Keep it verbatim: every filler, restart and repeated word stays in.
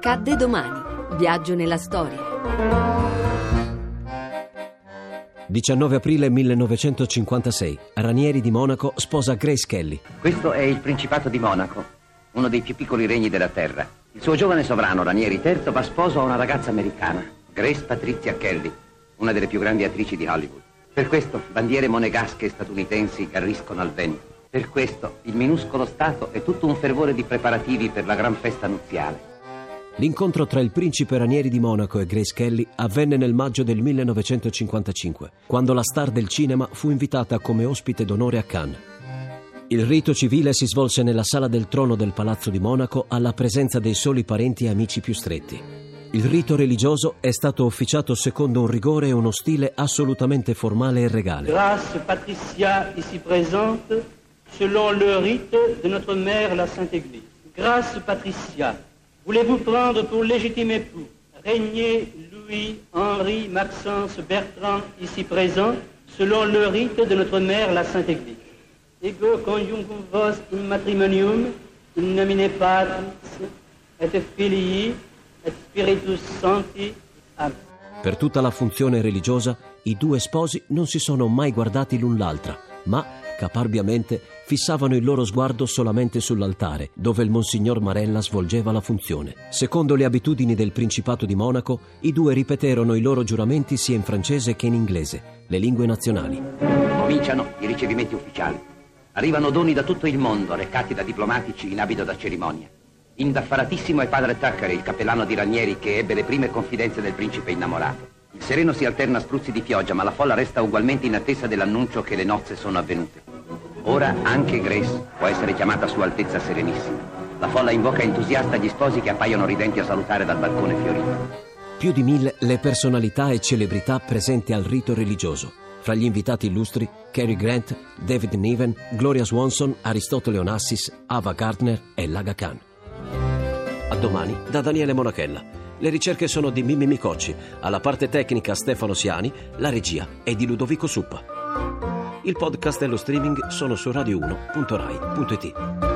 Accadde domani. Viaggio nella storia. diciannove aprile millenovecentocinquantasei. Ranieri di Monaco sposa Grace Kelly. Questo è il Principato di Monaco, uno dei più piccoli regni della terra. Il suo giovane sovrano, Ranieri terzo, va sposo a una ragazza americana, Grace Patricia Kelly, una delle più grandi attrici di Hollywood. Per questo bandiere monegasche statunitensi garriscono al vento. Per questo il minuscolo stato è tutto un fervore di preparativi per la gran festa nuziale. L'incontro tra il principe Ranieri di Monaco e Grace Kelly avvenne nel maggio del millenovecentocinquantacinque, quando la star del cinema fu invitata come ospite d'onore a Cannes. Il rito civile si svolse nella sala del trono del Palazzo di Monaco alla presenza dei soli parenti e amici più stretti. Il rito religioso è stato officiato secondo un rigore e uno stile assolutamente formale e regale. Grace Patricia ici présente, selon le rite de notre mère la Sainte Église. Grace Patricia, voulez-vous prendre pour légitime époux Régnier Louis-Henri Maxence Bertrand ici présent, selon le rite de notre mère la Sainte Église. Ego conjuncum vos in matrimonium, in nomine Patris et Filii et Spiritus Sancti. Amen. Per tutta la funzione religiosa, i due sposi non si sono mai guardati l'un l'altra, ma caparbiamente fissavano il loro sguardo solamente sull'altare, dove il Monsignor Marella svolgeva la funzione. Secondo le abitudini del Principato di Monaco, i due ripeterono i loro giuramenti sia in francese che in inglese, le lingue nazionali. Cominciano i ricevimenti ufficiali. Arrivano doni da tutto il mondo, recati da diplomatici in abito da cerimonia. Indaffaratissimo è padre Tucker, il cappellano di Ranieri, che ebbe le prime confidenze del principe innamorato. Il sereno si alterna a spruzzi di pioggia, ma la folla resta ugualmente in attesa dell'annuncio che le nozze sono avvenute. Ora anche Grace può essere chiamata Sua Altezza Serenissima. La folla invoca entusiasta gli sposi che appaiono ridenti a salutare dal balcone fiorito. Più di mille le personalità e celebrità presenti al rito religioso. Fra gli invitati illustri, Cary Grant, David Niven, Gloria Swanson, Aristotele Onassis, Ava Gardner e Laga Khan. A domani da Daniele Monachella. Le ricerche sono di Mimmi Micocci, alla parte tecnica Stefano Siani, la regia è di Ludovico Suppa. Il podcast e lo streaming sono su radio uno punto rai punto it.